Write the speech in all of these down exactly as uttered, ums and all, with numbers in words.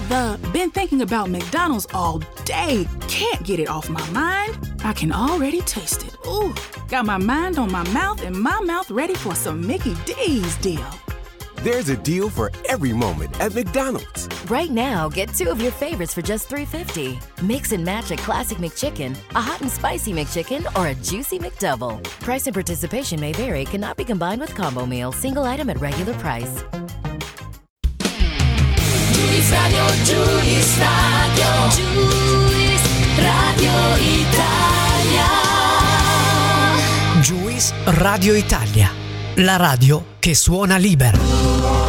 The been thinking about McDonald's all day. Can't get it off my mind. I can already taste it. Ooh, got my mind on my mouth and my mouth ready for some Mickey D's deal. There's a deal for every moment at McDonald's. Right now, get two of your favorites for just three fifty. Mix and match a classic McChicken, a hot and spicy McChicken, or a juicy McDouble. Price and participation may vary. Cannot be combined with combo meal. Single item at regular price. Juice Radio, Juice Radio, Juice Radio Italia. Juice Radio Italia, la radio che suona libera.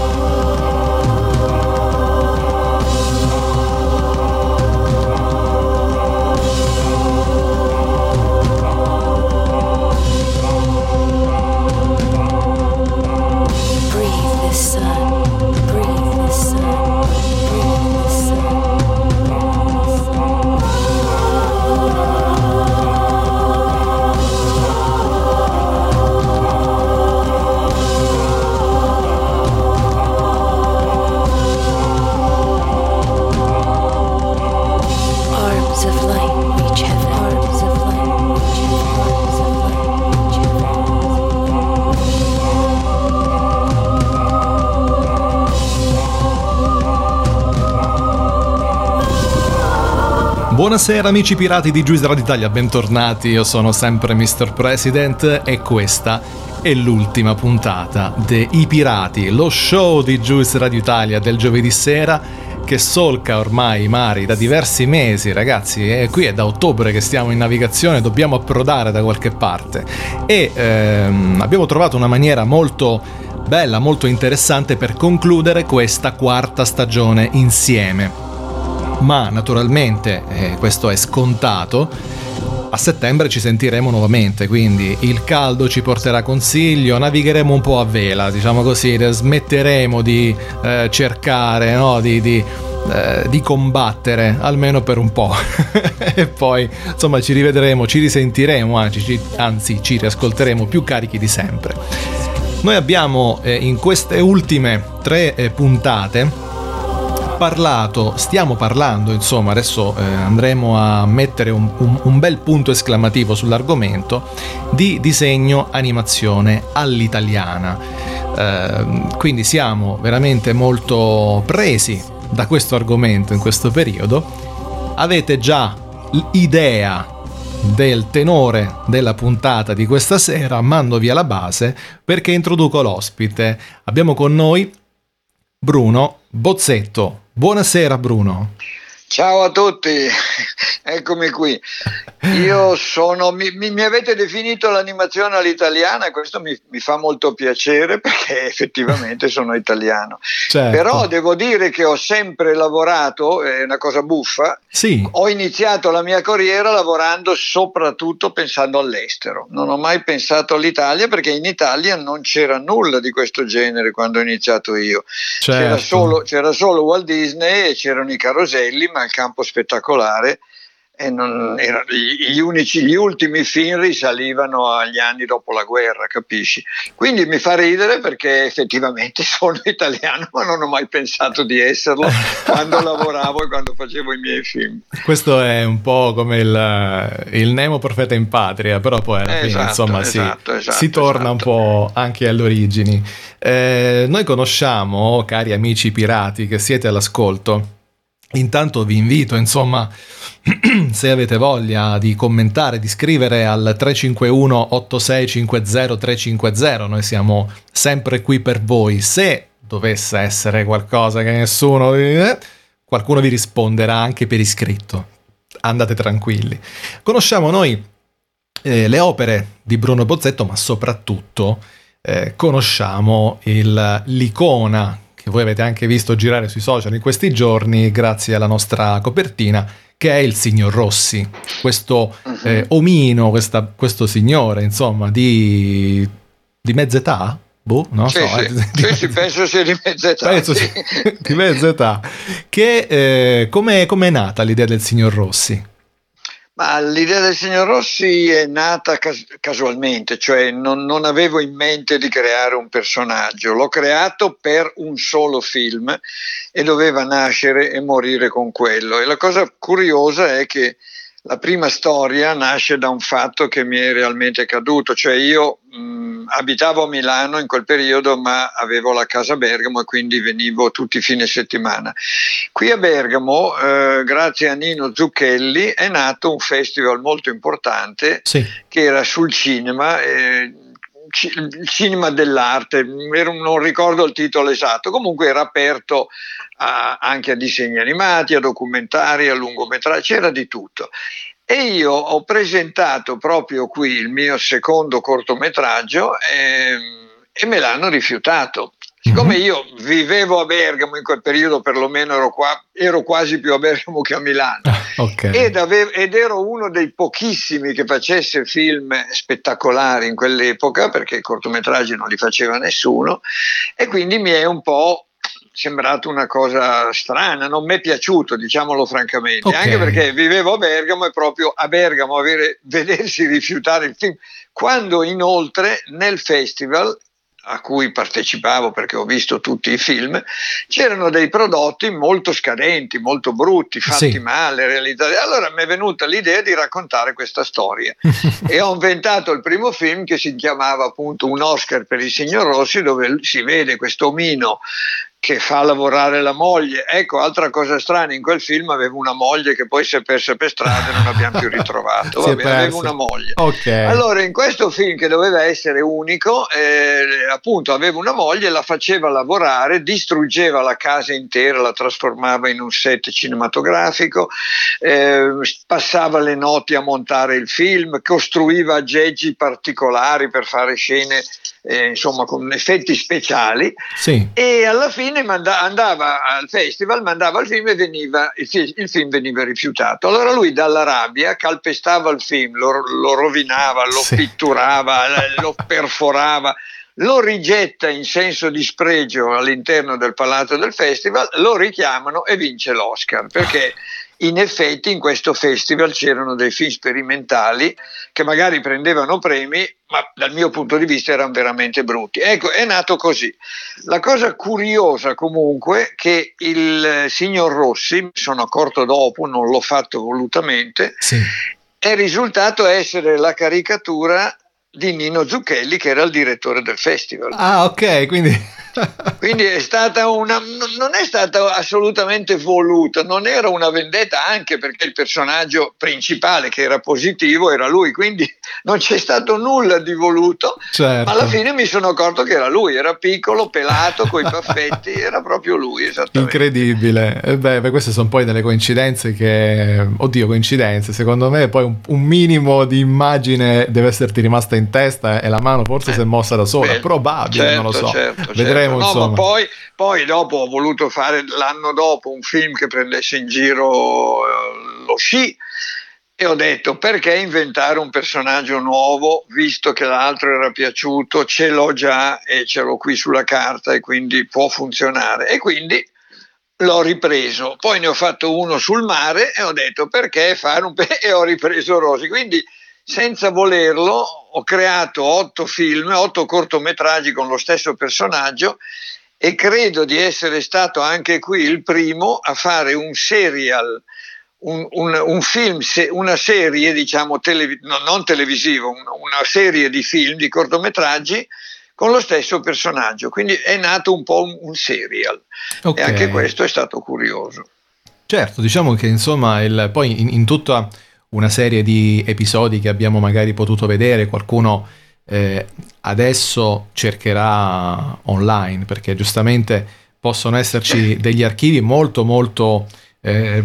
Buonasera amici pirati di Juice Radio Italia, bentornati, io sono sempre mister President e questa è l'ultima puntata de I Pirati, lo show di Juice Radio Italia del giovedì sera che solca ormai i mari da diversi mesi, ragazzi, e qui è da ottobre che stiamo in navigazione, dobbiamo approdare da qualche parte e ehm, abbiamo trovato una maniera molto bella, molto interessante per concludere questa quarta stagione insieme. Ma naturalmente, eh, questo è scontato, a settembre ci sentiremo nuovamente, quindi il caldo ci porterà consiglio, navigheremo un po' a vela, diciamo così, smetteremo di eh, cercare, no, di, di, eh, di combattere, almeno per un po', e poi insomma ci rivedremo, ci risentiremo, anzi ci, anzi, ci riascolteremo più carichi di sempre. Noi abbiamo eh, in queste ultime tre eh, puntate parlato, stiamo parlando, insomma, adesso eh, andremo a mettere un, un, un bel punto esclamativo sull'argomento di disegno animazione all'italiana. Eh, quindi siamo veramente molto presi da questo argomento in questo periodo. Avete già l'idea del tenore della puntata di questa sera, mando via la base perché introduco l'ospite. Abbiamo con noi Bruno Bozzetto. Buonasera Bruno. Ciao a tutti, eccomi qui. Io sono, mi, mi avete definito l'animazione all'italiana e questo mi, mi fa molto piacere perché effettivamente sono italiano. Certo. Però devo dire che ho sempre lavorato, è una cosa buffa, sì. Ho iniziato la mia carriera lavorando soprattutto pensando all'estero. Non ho mai pensato all'Italia perché in Italia non c'era nulla di questo genere quando ho iniziato io. Certo. C'era solo, c'era solo Walt Disney e c'erano i caroselli, ma il campo spettacolare e non era, gli unici, gli ultimi film risalivano agli anni dopo la guerra, capisci? Quindi mi fa ridere perché effettivamente sono italiano, ma non ho mai pensato di esserlo quando lavoravo e quando facevo i miei film. Questo è un po' come il, il Nemo profeta in patria, però poi alla fine esatto, insomma esatto, si, esatto, si torna esatto. un po' anche alle origini. Eh, noi conosciamo, cari amici pirati che siete all'ascolto, intanto vi invito, insomma, se avete voglia di commentare, di scrivere al tre cinque uno otto sei cinque zero tre cinque zero, noi siamo sempre qui per voi. Se dovesse essere qualcosa che nessuno, eh, qualcuno vi risponderà anche per iscritto, andate tranquilli. Conosciamo noi eh, le opere di Bruno Bozzetto, ma soprattutto eh, conosciamo il, l'icona che voi avete anche visto girare sui social in questi giorni grazie alla nostra copertina, che è il signor Rossi, questo eh, omino, questa, questo signore, insomma, di, di mezza età? Boh, non sì, so. Sì, eh, sì, sì, penso sia di mezza età. Penso sì. di mezza età. Che, eh, come è nata l'idea del signor Rossi? Ma l'idea del signor Rossi è nata cas- casualmente, cioè non, non avevo in mente di creare un personaggio, l'ho creato per un solo film e doveva nascere e morire con quello. E la cosa curiosa è che la prima storia nasce da un fatto che mi è realmente accaduto, cioè io mh, abitavo a Milano in quel periodo, ma avevo la casa a Bergamo e quindi venivo tutti i fine settimana. Qui a Bergamo, eh, grazie a Nino Zucchelli, è nato un festival molto importante, sì, che era sul cinema, eh, il cinema dell'arte, non ricordo il titolo esatto, comunque era aperto a, anche a disegni animati, a documentari, a lungometraggi, c'era di tutto. E io ho presentato proprio qui il mio secondo cortometraggio e, e me l'hanno rifiutato. Siccome io vivevo a Bergamo in quel periodo, perlomeno ero, qua, ero quasi più a Bergamo che a Milano, okay, ed, avevo, ed ero uno dei pochissimi che facesse film spettacolari in quell'epoca, perché i cortometraggi non li faceva nessuno, e quindi mi è un po' sembrato una cosa strana, non mi è piaciuto, diciamolo francamente, okay, anche perché vivevo a Bergamo e proprio a Bergamo avere, vedersi rifiutare il film, quando inoltre nel festival a cui partecipavo, perché ho visto tutti i film, c'erano dei prodotti molto scadenti, molto brutti, fatti sì. male, realizzati. Allora mi è venuta l'idea di raccontare questa storia e ho inventato il primo film che si chiamava appunto Un Oscar per il signor Rossi, dove si vede questo omino che fa lavorare la moglie. Ecco, altra cosa strana, in quel film avevo una moglie che poi si è persa per strada e non abbiamo più ritrovato. Vabbè, avevo una moglie. Okay. Allora, in questo film che doveva essere unico, eh, appunto avevo una moglie, la faceva lavorare, distruggeva la casa intera, la trasformava in un set cinematografico, eh, passava le notti a montare il film, costruiva aggeggi particolari per fare scene Eh, insomma con effetti speciali, sì. e alla fine manda- andava al festival, mandava il film e veniva, il, fi- il film veniva rifiutato. Allora lui dalla rabbia calpestava il film, lo, lo rovinava, lo sì. pitturava, lo perforava, lo rigetta in senso di spregio all'interno del palazzo del festival, lo richiamano e vince l'Oscar, perché in effetti in questo festival c'erano dei film sperimentali che magari prendevano premi, ma dal mio punto di vista erano veramente brutti. Ecco, è nato così. La cosa curiosa comunque che il signor Rossi, mi sono accorto dopo, non l'ho fatto volutamente, sì. è risultato essere la caricatura di Nino Zucchelli, che era il direttore del festival. Ah, ok, quindi quindi è stata una, non è stata assolutamente voluta, non era una vendetta, anche perché il personaggio principale, che era positivo, era lui, quindi non c'è stato nulla di voluto, certo. ma alla fine mi sono accorto che era lui, era piccolo, pelato, coi baffetti, era proprio lui, esattamente. Incredibile. E beh, queste sono poi delle coincidenze che, oddio, coincidenze, secondo me poi un, un minimo di immagine deve esserti rimasta in testa e la mano forse eh, si è mossa da sola, beh, probabile, certo, non lo so, certo, vedremo. No, insomma. Ma poi, poi dopo ho voluto fare l'anno dopo un film che prendesse in giro eh, lo sci, e ho detto: perché inventare un personaggio nuovo, visto che l'altro era piaciuto, ce l'ho già e ce l'ho qui sulla carta e quindi può funzionare, e quindi l'ho ripreso. Poi ne ho fatto uno sul mare e ho detto: perché fare un pe-? E ho ripreso Rossi. Quindi senza volerlo ho creato otto film, otto cortometraggi con lo stesso personaggio, e credo di essere stato anche qui il primo a fare un serial, un, un, un film, una serie, diciamo, televi- no, non televisivo, un, una serie di film, di cortometraggi con lo stesso personaggio. Quindi è nato un po' un, un serial, okay. E anche questo è stato curioso. Certo, diciamo che insomma il, poi in, in tutta una serie di episodi che abbiamo magari potuto vedere, qualcuno eh, adesso cercherà online, perché giustamente possono esserci degli archivi molto molto eh,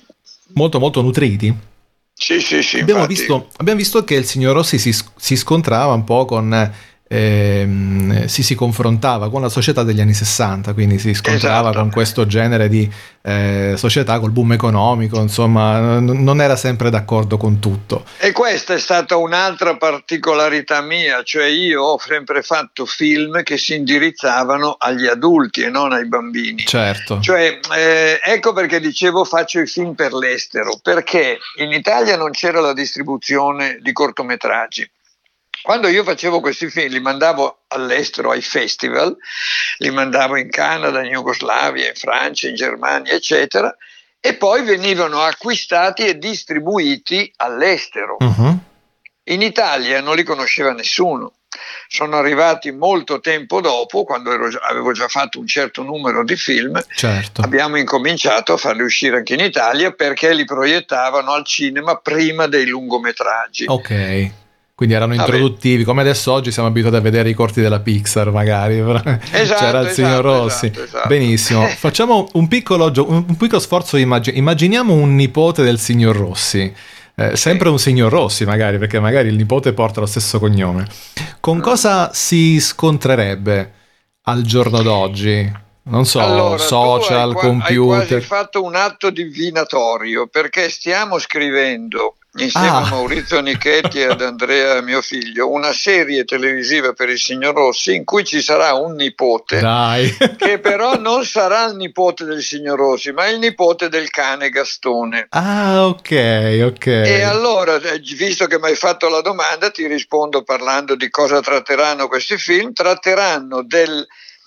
molto molto nutriti. Sì, sì, sì. Abbiamo visto, abbiamo visto che il signor Rossi si, si scontrava un po' con ehm, si si confrontava con la società degli anni sessanta, quindi si scontrava esatto. con questo genere di eh, società, col boom economico, insomma, n- non era sempre d'accordo con tutto. E questa è stata un'altra particolarità mia, cioè io ho sempre fatto film che si indirizzavano agli adulti e non ai bambini. Certo. Cioè, eh, ecco perché dicevo faccio i film per l'estero, perché in Italia non c'era la distribuzione di cortometraggi. Quando io facevo questi film li mandavo all'estero ai festival, li mandavo in Canada, in Jugoslavia, in Francia, in Germania, eccetera, e poi venivano acquistati e distribuiti all'estero. Uh-huh. In Italia non li conosceva nessuno. Sono arrivati molto tempo dopo, quando ero, avevo già fatto un certo numero di film. Certo. Abbiamo incominciato a farli uscire anche in Italia perché li proiettavano al cinema prima dei lungometraggi. Ok. Quindi erano Vabbè. introduttivi, come adesso oggi siamo abituati a vedere i corti della Pixar magari. Esatto, C'era il signor esatto, Rossi. esatto, esatto. Benissimo, facciamo un piccolo, gio- un piccolo sforzo di immagine. Immaginiamo un nipote del signor Rossi, eh, sempre un signor Rossi magari, perché magari il nipote porta lo stesso cognome. Con cosa si scontrerebbe al giorno d'oggi? Non so, allora, social, tu hai, computer. hai quasi fatto un atto divinatorio, perché stiamo scrivendo insieme Ah. a Maurizio Nichetti e ad Andrea, mio figlio, una serie televisiva per il signor Rossi in cui ci sarà un nipote Dai. che però non sarà il nipote del signor Rossi, ma il nipote del cane Gastone. Ah, ok, ok. E allora, eh, visto che mi hai fatto la domanda, ti rispondo parlando di cosa tratteranno questi film. Tratteranno del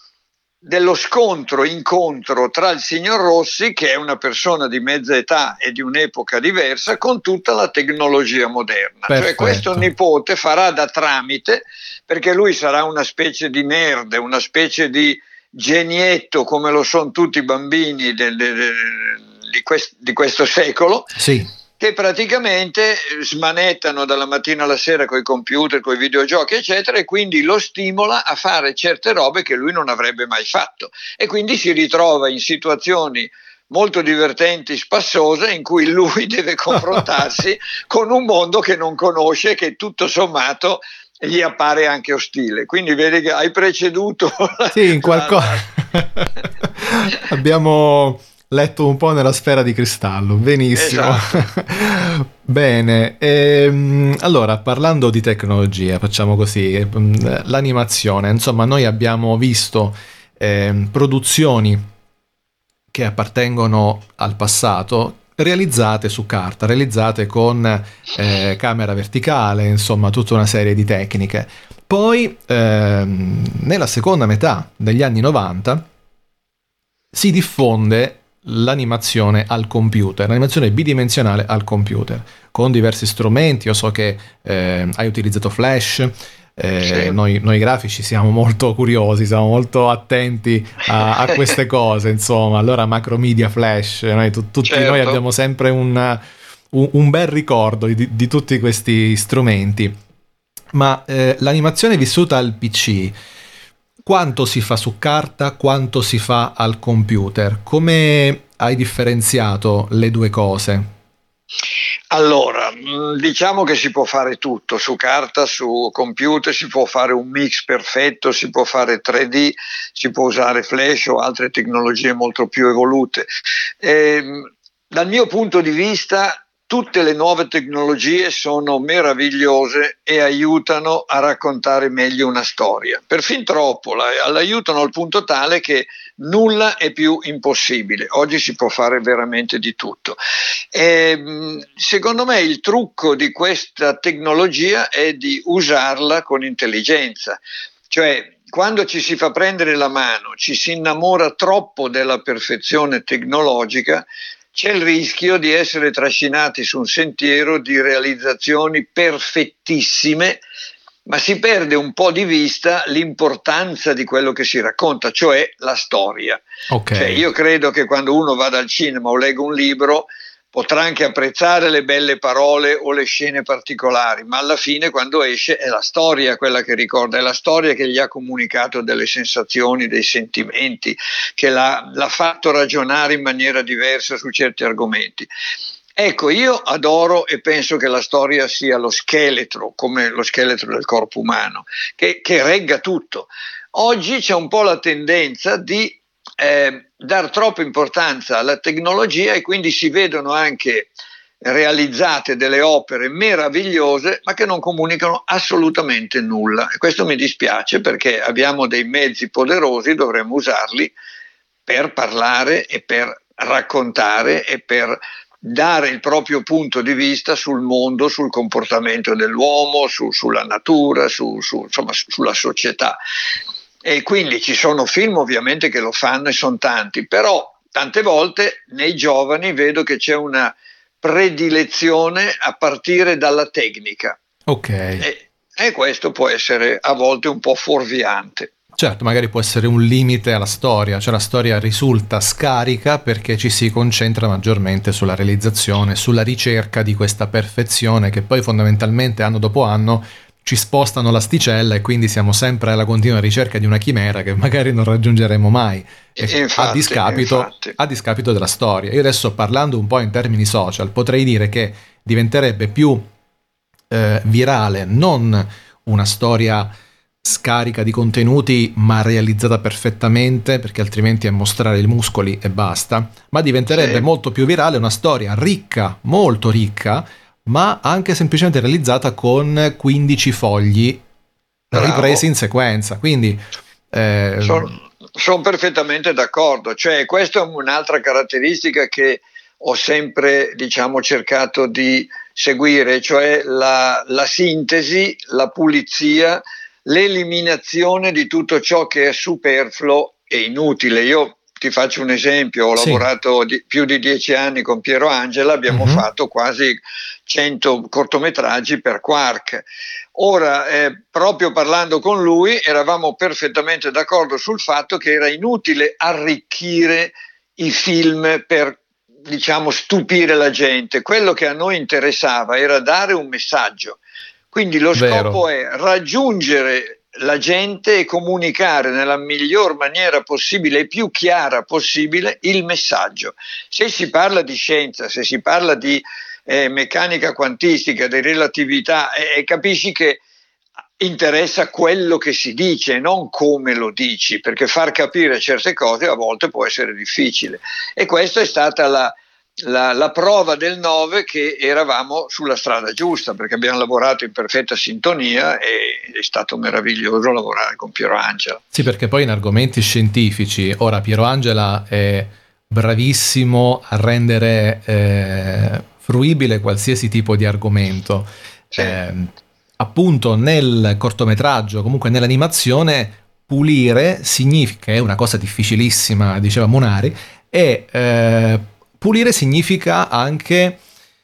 dello scontro, incontro tra il signor Rossi, che è una persona di mezza età e di un'epoca diversa, con tutta la tecnologia moderna. Perfetto. Cioè questo nipote farà da tramite, perché lui sarà una specie di nerd, una specie di genietto, come lo sono tutti i bambini del, del, di, quest, di questo secolo. Sì. Che praticamente smanettano dalla mattina alla sera coi computer, coi videogiochi, eccetera, e quindi lo stimola a fare certe robe che lui non avrebbe mai fatto. E quindi si ritrova in situazioni molto divertenti, spassose, in cui lui deve confrontarsi con un mondo che non conosce e che tutto sommato gli appare anche ostile. Quindi vedi che hai preceduto. Sì, in qualcosa. Abbiamo letto un po' nella sfera di cristallo, benissimo. Esatto. Bene, ehm, allora parlando di tecnologia, facciamo così, l'animazione, insomma noi abbiamo visto ehm, produzioni che appartengono al passato, realizzate su carta, realizzate con eh, camera verticale, insomma tutta una serie di tecniche. Poi ehm, nella seconda metà degli anni novanta si diffonde l'animazione al computer, l'animazione bidimensionale al computer, con diversi strumenti. Io so che eh, hai utilizzato Flash, eh, Sì. noi, noi grafici siamo molto curiosi, siamo molto attenti a, a queste cose, insomma. Allora Macromedia, Flash, noi, tu, tutti Certo. noi abbiamo sempre un, un, un bel ricordo di, di tutti questi strumenti. Ma eh, l'animazione vissuta al P C, quanto si fa su carta, quanto si fa al computer? Come hai differenziato le due cose? Allora, diciamo che si può fare tutto, su carta, su computer, si può fare un mix perfetto, si può fare tre D, si può usare Flash o altre tecnologie molto più evolute. E, dal mio punto di vista, tutte le nuove tecnologie sono meravigliose e aiutano a raccontare meglio una storia. Perfin troppo, la, l'aiutano al punto tale che nulla è più impossibile. Oggi si può fare veramente di tutto. E, secondo me il trucco di questa tecnologia è di usarla con intelligenza. Cioè, quando ci si fa prendere la mano, ci si innamora troppo della perfezione tecnologica, c'è il rischio di essere trascinati su un sentiero di realizzazioni perfettissime, ma si perde un po' di vista l'importanza di quello che si racconta, cioè la storia. Okay. Cioè, io credo che quando uno va al cinema o legga un libro potrà anche apprezzare le belle parole o le scene particolari, ma alla fine quando esce è la storia quella che ricorda, è la storia che gli ha comunicato delle sensazioni, dei sentimenti, che l'ha, l'ha fatto ragionare in maniera diversa su certi argomenti. Ecco, io adoro e penso che la storia sia lo scheletro, come lo scheletro del corpo umano, che, che regga tutto. Oggi c'è un po' la tendenza di eh, dar troppa importanza alla tecnologia e quindi si vedono anche realizzate delle opere meravigliose ma che non comunicano assolutamente nulla, e questo mi dispiace, perché abbiamo dei mezzi poderosi, dovremmo usarli per parlare e per raccontare e per dare il proprio punto di vista sul mondo, sul comportamento dell'uomo, su, sulla natura, su, su, insomma, sulla società. E quindi ci sono film ovviamente che lo fanno e sono tanti, però tante volte nei giovani vedo che c'è una predilezione a partire dalla tecnica. Ok. E, e questo può essere a volte un po' fuorviante. Certo, magari può essere un limite alla storia, cioè la storia risulta scarica perché ci si concentra maggiormente sulla realizzazione, sulla ricerca di questa perfezione che poi fondamentalmente anno dopo anno ci spostano l'asticella e quindi siamo sempre alla continua ricerca di una chimera che magari non raggiungeremo mai, e infatti, a, discapito, a discapito della storia. Io adesso, parlando un po' in termini social, potrei dire che diventerebbe più eh, virale non una storia scarica di contenuti ma realizzata perfettamente, perché altrimenti è mostrare i muscoli e basta, ma diventerebbe sì. molto più virale una storia ricca, molto ricca, ma anche semplicemente realizzata con quindici fogli Bravo. ripresi in sequenza. Quindi eh, sono, sono perfettamente d'accordo, cioè questa è un'altra caratteristica che ho sempre, diciamo, cercato di seguire, cioè la, la sintesi, la pulizia, l'eliminazione di tutto ciò che è superfluo e inutile. Io ti faccio un esempio, ho sì. lavorato di, più di dieci anni con Piero Angela, abbiamo mm-hmm. fatto quasi cento cortometraggi per Quark. Ora, eh, proprio parlando con lui, eravamo perfettamente d'accordo sul fatto che era inutile arricchire i film per, diciamo, stupire la gente. Quello che a noi interessava era dare un messaggio. Quindi lo scopo Vero. è raggiungere la gente e comunicare nella miglior maniera possibile e più chiara possibile il messaggio. Se si parla di scienza, se si parla di eh, meccanica quantistica, di relatività, e eh, capisci che interessa quello che si dice, non come lo dici, perché far capire certe cose a volte può essere difficile. E questa è stata la La, la prova del nove che eravamo sulla strada giusta, perché abbiamo lavorato in perfetta sintonia e è stato meraviglioso lavorare con Piero Angela. Sì, perché poi in argomenti scientifici, ora Piero Angela è bravissimo a rendere eh, fruibile qualsiasi tipo di argomento. Sì. Eh, appunto nel cortometraggio, comunque nell'animazione, pulire significa, è una cosa difficilissima, diceva Munari, e eh, pulire significa anche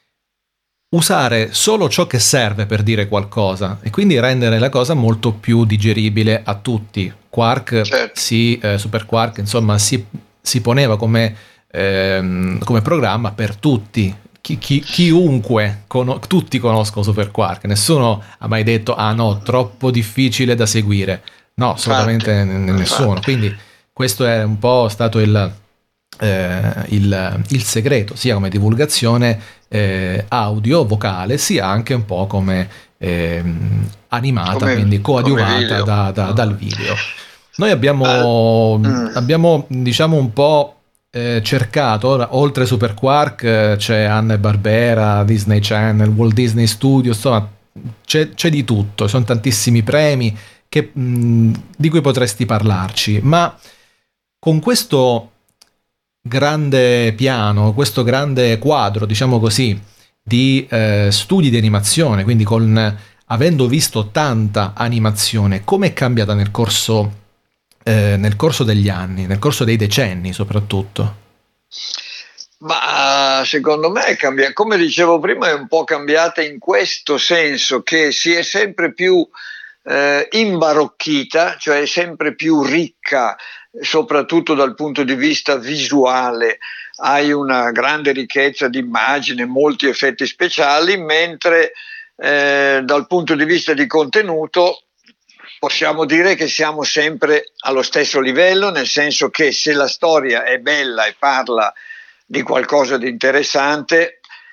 usare solo ciò che serve per dire qualcosa e quindi rendere la cosa molto più digeribile a tutti. Quark, certo. si, eh, Super Quark, insomma, si, si poneva come, ehm, come programma per tutti. Chi, chi, chiunque, con, tutti conoscono Super Quark, nessuno ha mai detto ah no, troppo difficile da seguire. No, assolutamente n- nessuno. Infatti. Quindi questo è un po' stato il... Eh, il, il segreto, sia come divulgazione eh, audio, vocale, sia anche un po' come eh, animata, come, quindi coadiuvata da, da, dal video. Noi abbiamo, uh, abbiamo diciamo un po' eh, cercato, ora, oltre Super Quark eh, c'è Hanna-Barbera, Disney Channel, Walt Disney Studios, insomma c'è, c'è di tutto, sono tantissimi premi che, mh, di cui potresti parlarci, ma con questo grande piano, questo grande quadro, diciamo così, di eh, studi di animazione, quindi con avendo visto tanta animazione, come è cambiata nel corso eh, nel corso degli anni, nel corso dei decenni soprattutto? Ma secondo me cambia, come dicevo prima, è un po' cambiata in questo senso che si è sempre più eh, imbarocchita, cioè sempre più ricca, soprattutto dal punto di vista visuale. Hai una grande ricchezza di immagini, molti effetti speciali, mentre eh, dal punto di vista di contenuto possiamo dire che siamo sempre allo stesso livello, nel senso che se la storia è bella e parla di qualcosa di interessante,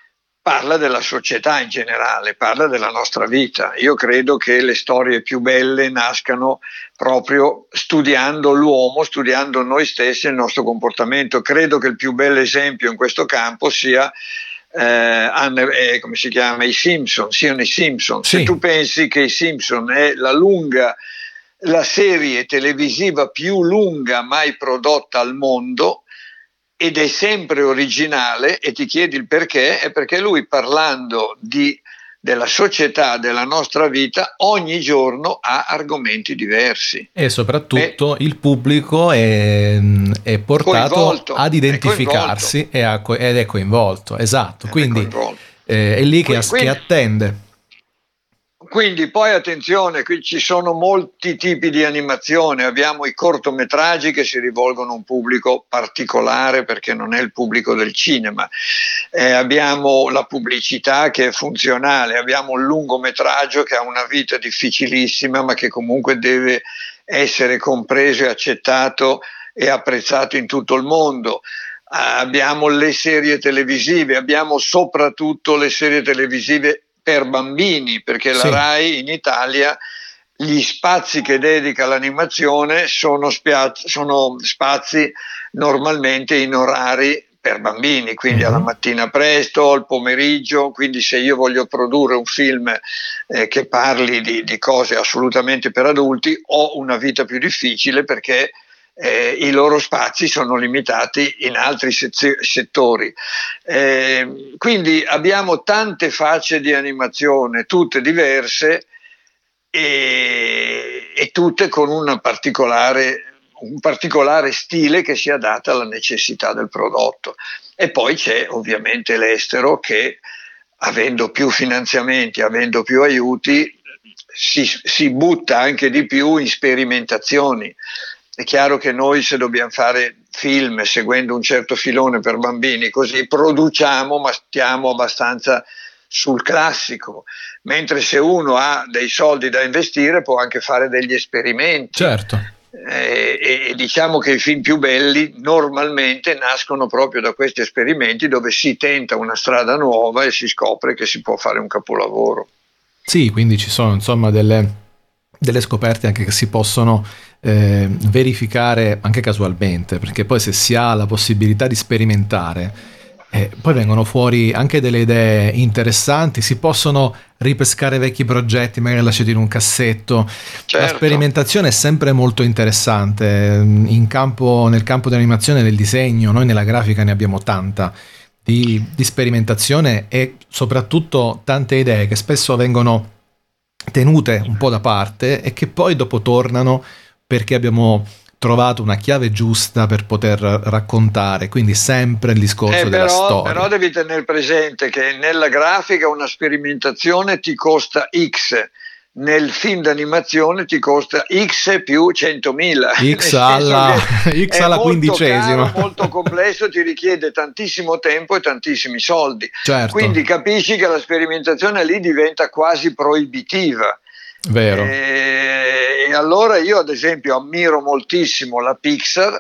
parla della società in generale, parla della nostra vita. Io credo che le storie più belle nascano proprio studiando l'uomo, studiando noi stessi e il nostro comportamento. Credo che il più bel esempio in questo campo sia eh, eh, come si chiama? I Simpson, siano i Simpson. Sì. Se tu pensi che i Simpson è la lunga, la serie televisiva più lunga mai prodotta al mondo, ed è sempre originale, e ti chiedi il perché, è perché lui, parlando di, della società, della nostra vita, ogni giorno ha argomenti diversi. E soprattutto e il pubblico è, è portato coinvolto, ad identificarsi è e a, ed è coinvolto, esatto, ed quindi è, coinvolto. Eh, è lì che, quindi, che attende. Quindi poi attenzione, qui ci sono molti tipi di animazione, abbiamo i cortometraggi che si rivolgono a un pubblico particolare perché non è il pubblico del cinema, eh, abbiamo la pubblicità che è funzionale, abbiamo il lungometraggio che ha una vita difficilissima ma che comunque deve essere compreso e accettato e apprezzato in tutto il mondo. Abbiamo le serie televisive, abbiamo soprattutto le serie televisive per bambini, perché la sì. Rai in Italia gli spazi che dedica all'animazione sono, spia- sono spazi normalmente in orari per bambini, quindi mm-hmm. alla mattina presto, al pomeriggio, quindi se io voglio produrre un film eh, che parli di, di cose assolutamente per adulti, ho una vita più difficile perché Eh, i loro spazi sono limitati in altri sez- settori. Eh, quindi abbiamo tante facce di animazione, tutte diverse e, e tutte con una particolare, un particolare stile che si adatta alla necessità del prodotto. E poi c'è ovviamente l'estero che, avendo più finanziamenti, avendo più aiuti, si, si butta anche di più in sperimentazioni. È chiaro che noi, se dobbiamo fare film seguendo un certo filone per bambini, così produciamo, ma stiamo abbastanza sul classico, mentre se uno ha dei soldi da investire può anche fare degli esperimenti. Certo. Eh, e, e diciamo che i film più belli normalmente nascono proprio da questi esperimenti dove si tenta una strada nuova e si scopre che si può fare un capolavoro. Sì, quindi ci sono insomma delle... delle scoperte anche che si possono eh, verificare anche casualmente, perché poi se si ha la possibilità di sperimentare eh, poi vengono fuori anche delle idee interessanti, si possono ripescare vecchi progetti magari lasciati in un cassetto. Certo. La sperimentazione è sempre molto interessante in campo, nel campo dell'animazione e del disegno. Noi nella grafica ne abbiamo tanta di, di sperimentazione e soprattutto tante idee che spesso vengono tenute un po' da parte e che poi dopo tornano perché abbiamo trovato una chiave giusta per poter raccontare, quindi sempre il discorso eh, della però, storia. Però devi tenere presente che nella grafica una sperimentazione ti costa X, nel film d'animazione ti costa X più centomila. X alla, X alla quindicesima. È molto caro, molto complesso, ti richiede tantissimo tempo e tantissimi soldi. Certo. Quindi capisci che la sperimentazione lì diventa quasi proibitiva. Vero. E, e allora io ad esempio ammiro moltissimo la Pixar,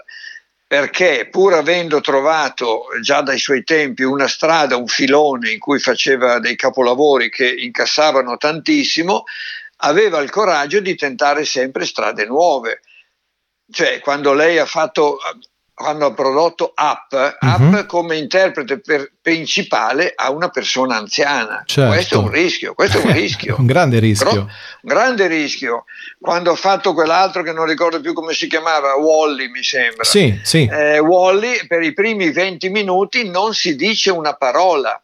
perché pur avendo trovato già dai suoi tempi una strada, un filone in cui faceva dei capolavori che incassavano tantissimo, aveva il coraggio di tentare sempre strade nuove. Cioè, quando lei ha fatto, quando ha prodotto Up, uh-huh. Up come interprete per, principale a una persona anziana. Certo. Questo è un rischio, questo è un rischio. Un grande rischio. Però, un grande rischio. Quando ha fatto quell'altro che non ricordo più come si chiamava, Wall-E mi sembra. Sì, sì. Eh, Wall-E per i primi venti minuti non si dice una parola.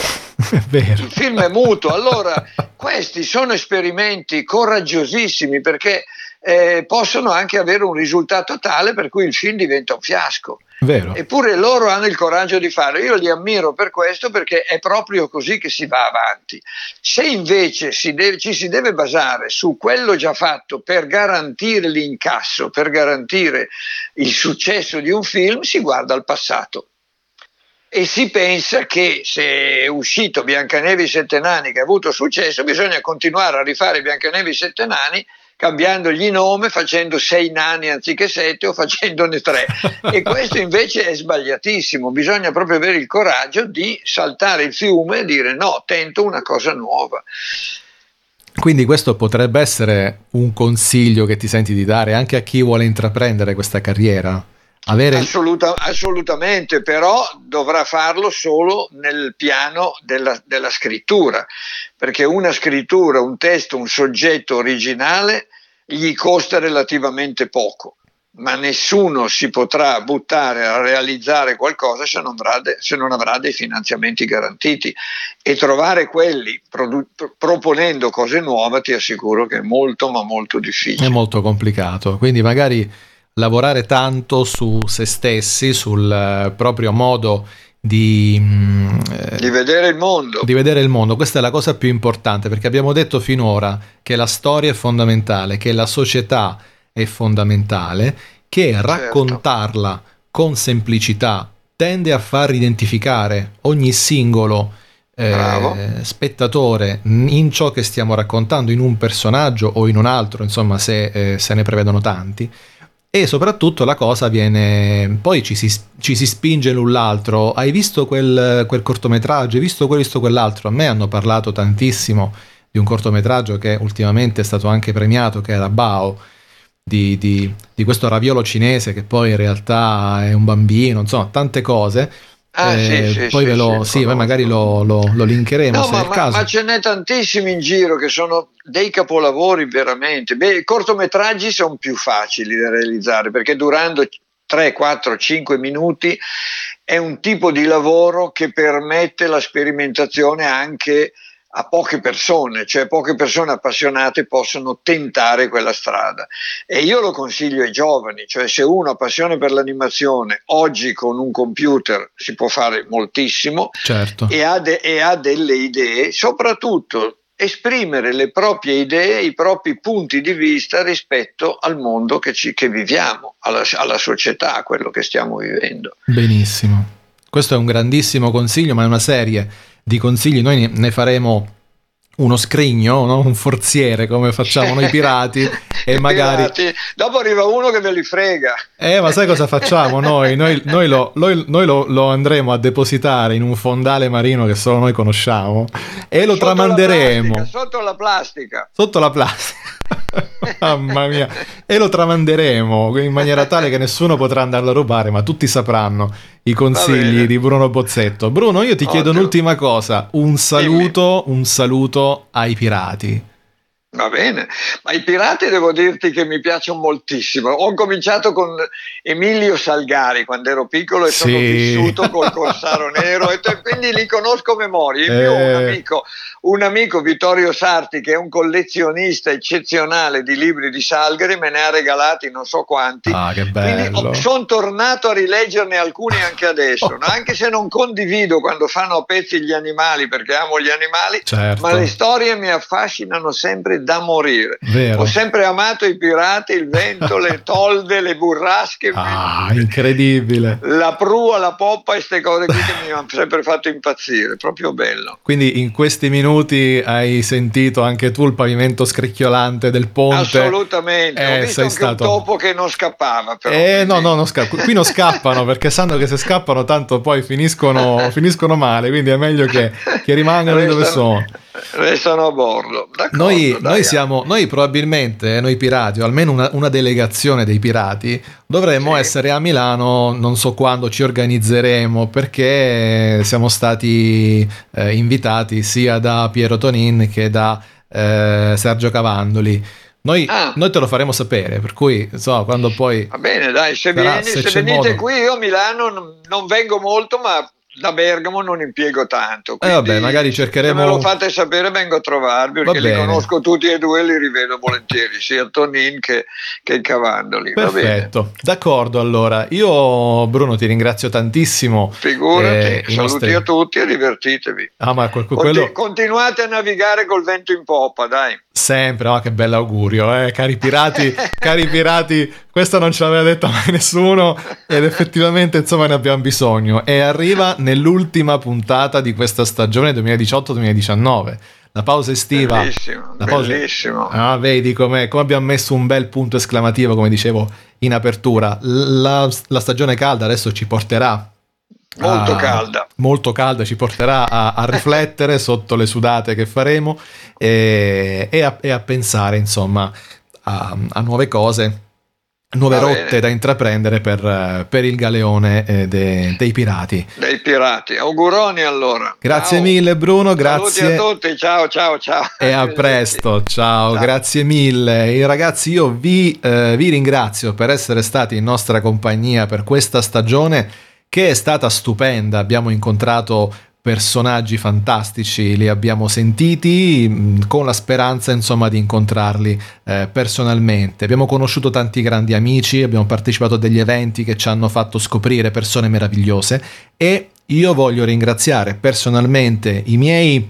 È vero. Il film è muto. Allora questi sono esperimenti coraggiosissimi perché eh, possono anche avere un risultato tale per cui il film diventa un fiasco. Vero. Eppure loro hanno il coraggio di farlo. Io li ammiro per questo, perché è proprio così che si va avanti. Se invece si deve, ci si deve basare su quello già fatto per garantire l'incasso, per garantire il successo di un film, si guarda al passato. E si pensa che se è uscito Biancaneve e i Sette Nani che ha avuto successo, bisogna continuare a rifare Biancaneve e i Sette Nani cambiandogli nome, facendo sei nani anziché sette o facendone tre. E questo invece è sbagliatissimo, bisogna proprio avere il coraggio di saltare il fiume e dire no, tento una cosa nuova. Quindi questo potrebbe essere un consiglio che ti senti di dare anche a chi vuole intraprendere questa carriera? Avere... Assoluta, assolutamente, però dovrà farlo solo nel piano della, della scrittura, perché una scrittura, un testo, un soggetto originale gli costa relativamente poco, ma nessuno si potrà buttare a realizzare qualcosa se non avrà, de, se non avrà dei finanziamenti garantiti, e trovare quelli produ- proponendo cose nuove ti assicuro che è molto ma molto difficile. È molto complicato, quindi magari lavorare tanto su se stessi, sul uh, proprio modo di, mm, di vedere il mondo. Di vedere il mondo. Questa è la cosa più importante, perché abbiamo detto finora che la storia è fondamentale, che la società è fondamentale, che raccontarla certo. con semplicità tende a far identificare ogni singolo eh, spettatore in ciò che stiamo raccontando, in un personaggio o in un altro, insomma, se eh, se ne prevedono tanti. E soprattutto la cosa viene, poi ci si, ci si spinge l'un l'altro. Hai visto quel, quel cortometraggio? Hai visto quello, visto quell'altro? A me hanno parlato tantissimo di un cortometraggio che ultimamente è stato anche premiato, che era Bao, di, di, di questo raviolo cinese che poi in realtà è un bambino, insomma tante cose. Ah, eh, sì, sì, poi sì, ve lo, sì, sì, poi magari lo, lo, lo linkeremo no, se ma, è il caso. ma ce n'è tantissimi in giro che sono dei capolavori veramente. Beh, i cortometraggi sono più facili da realizzare perché durando tre, quattro, cinque minuti è un tipo di lavoro che permette la sperimentazione anche a poche persone, cioè poche persone appassionate possono tentare quella strada, e io lo consiglio ai giovani, cioè se uno ha passione per l'animazione, oggi con un computer si può fare moltissimo, certo. e, ha de- e ha delle idee, soprattutto esprimere le proprie idee, i propri punti di vista rispetto al mondo che, ci, che viviamo, alla, alla società, a quello che stiamo vivendo. Benissimo, questo è un grandissimo consiglio, ma è una serie di consigli. Noi ne faremo uno scrigno, no? Un forziere come facciamo noi pirati e magari pirati. Dopo arriva uno che ve li frega, eh ma sai cosa facciamo noi? Noi, noi, lo, noi, noi lo, lo andremo a depositare in un fondale marino che solo noi conosciamo e lo sotto tramanderemo la plastica, sotto la plastica sotto la plastica mamma mia, e lo tramanderemo in maniera tale che nessuno potrà andarlo a rubare, ma tutti sapranno i consigli di Bruno Bozzetto. Bruno, io ti chiedo Ottimo. Un'ultima cosa, un saluto, Dimmi. un saluto ai pirati. Va bene, ma i pirati devo dirti che mi piacciono moltissimo. Ho cominciato con Emilio Salgari quando ero piccolo e sì. sono vissuto col Corsaro Nero e te, quindi li conosco a memoria. In più ho un amico, un amico Vittorio Sarti, che è un collezionista eccezionale di libri di Salgari, me ne ha regalati non so quanti. Ah, che bello. Quindi sono tornato a rileggerne alcuni anche adesso, no? Anche se non condivido quando fanno a pezzi gli animali, perché amo gli animali, certo. ma le storie mi affascinano sempre da morire. Vero. Ho sempre amato i pirati, il vento, le tolde, le burrasche, ah, incredibile, la prua, la poppa e queste cose qui che mi hanno sempre fatto impazzire, proprio bello. Quindi in questi minuti hai sentito anche tu il pavimento scricchiolante del ponte? Assolutamente, eh, ho visto sei anche stato... un topo che non scappava però, eh no no non scapp- qui non scappano perché sanno che se scappano tanto poi finiscono, finiscono male, quindi è meglio che, che rimangano lì dove sono. Restano a bordo. D'accordo, Noi, dai, noi siamo, noi probabilmente, noi pirati, o almeno una, una delegazione dei pirati, dovremmo sì. essere a Milano, non so quando ci organizzeremo, perché siamo stati eh, invitati sia da Piero Tonin che da eh, Sergio Cavandoli. Noi, ah. noi te lo faremo sapere, per cui so, quando poi... Va bene, dai, se, sarà, vieni, se, se venite modo. qui, io a Milano non, non vengo molto, ma da Bergamo non impiego tanto, eh vabbè, magari cercheremo, se me lo fate sapere vengo a trovarvi, perché li conosco tutti e due e li rivedo volentieri, sia Tonin che, che il Cavandoli. Perfetto, va bene. D'accordo, allora io Bruno ti ringrazio tantissimo. Figurati, eh, saluti nostri... a tutti e divertitevi. Ah, ma quel, quello... Conti- continuate a navigare col vento in poppa, dai. Sempre, oh, che bell'augurio, eh? Cari pirati, cari pirati, questo non ce l'aveva detto mai nessuno ed effettivamente insomma ne abbiamo bisogno, e arriva nell'ultima puntata di questa stagione duemiladiciotto duemiladiciannove, la pausa estiva. Bellissimo, la pausa... bellissimo. Ah, vedi come abbiamo messo un bel punto esclamativo, come dicevo in apertura. La, la stagione calda adesso ci porterà molto a, calda molto calda ci porterà a, a riflettere sotto le sudate che faremo e, e, a, e a pensare insomma a, a nuove cose, nuove Va rotte bene. da intraprendere per, per il galeone eh, de, dei pirati. Dei pirati. Auguroni allora. Grazie Ciao. mille Bruno, grazie. Saluti a tutti, ciao ciao ciao. E a presto, ciao, Ciao. grazie mille. E ragazzi, io vi, eh, vi ringrazio per essere stati in nostra compagnia per questa stagione che è stata stupenda. Abbiamo incontrato personaggi fantastici, li abbiamo sentiti mh, con la speranza insomma di incontrarli eh, personalmente. Abbiamo conosciuto tanti grandi amici, abbiamo partecipato a degli eventi che ci hanno fatto scoprire persone meravigliose e io voglio ringraziare personalmente i miei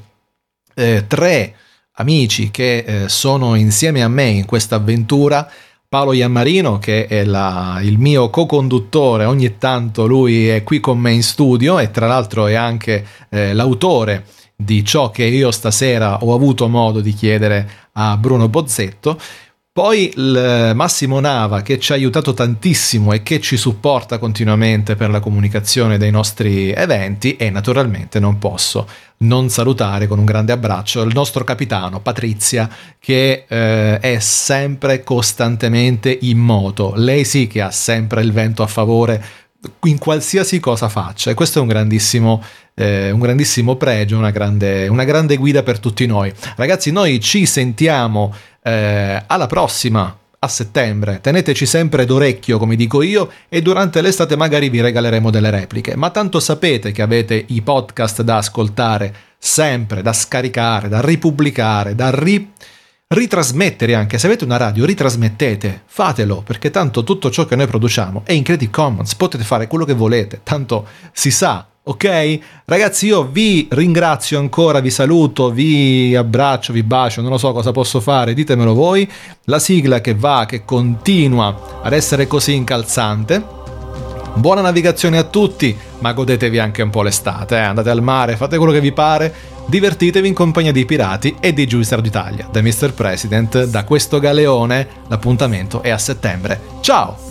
eh, tre amici che eh, sono insieme a me in questa avventura. Paolo Iammarino, che è la, il mio co-conduttore, ogni tanto lui è qui con me in studio e tra l'altro è anche eh, l'autore di ciò che io stasera ho avuto modo di chiedere a Bruno Bozzetto. Poi il Massimo Nava, che ci ha aiutato tantissimo e che ci supporta continuamente per la comunicazione dei nostri eventi, e naturalmente non posso non salutare con un grande abbraccio il nostro capitano Patrizia, che eh, è sempre costantemente in moto. Lei sì che ha sempre il vento a favore in qualsiasi cosa faccia, e questo è un grandissimo eh, un grandissimo pregio, una grande, una grande guida per tutti noi. Ragazzi, noi ci sentiamo eh, alla prossima, a settembre. Teneteci sempre d'orecchio, come dico io, e durante l'estate magari vi regaleremo delle repliche, ma tanto sapete che avete i podcast da ascoltare sempre, da scaricare, da ripubblicare, da ri... ritrasmettere. Anche se avete una radio, ritrasmettete, fatelo, perché tanto tutto ciò che noi produciamo è in Creative Commons, potete fare quello che volete, tanto si sa. Ok? Ragazzi, io vi ringrazio ancora, vi saluto, vi abbraccio, vi bacio, non lo so cosa posso fare, ditemelo voi. La sigla che va, che continua ad essere così incalzante. Buona navigazione a tutti, ma godetevi anche un po' l'estate, eh? Andate al mare, fate quello che vi pare, divertitevi in compagnia dei pirati e di Juice Radio Italia. Da mister President, da questo galeone, l'appuntamento è a settembre. Ciao!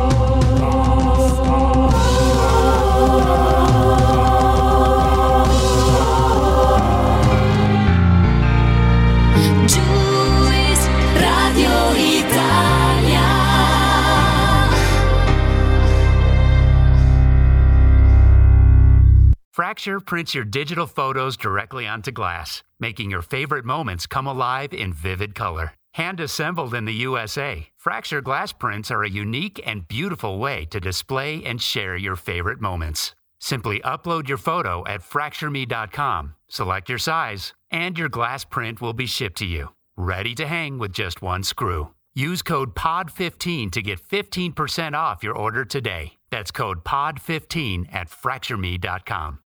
Juice Radio Italia. Fracture prints your digital photos directly onto glass, making your favorite moments come alive in vivid color. Hand assembled in the U S A, Fracture glass prints are a unique and beautiful way to display and share your favorite moments. Simply upload your photo at fracture me dot com, select your size, and your glass print will be shipped to you, ready to hang with just one screw. Use code P O D fifteen to get fifteen percent off your order today. That's code P O D fifteen at fracture me dot com.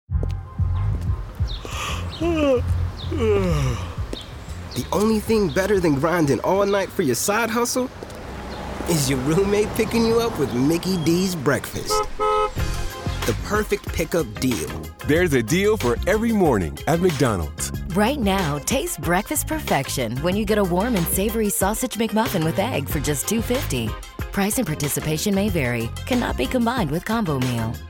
The only thing better than grinding all night for your side hustle is your roommate picking you up with Mickey D's breakfast. The perfect pickup deal. There's a deal for every morning at McDonald's. Right now, taste breakfast perfection when you get a warm and savory sausage McMuffin with egg for just two dollars and fifty cents. Price and participation may vary. Cannot be combined with combo meal.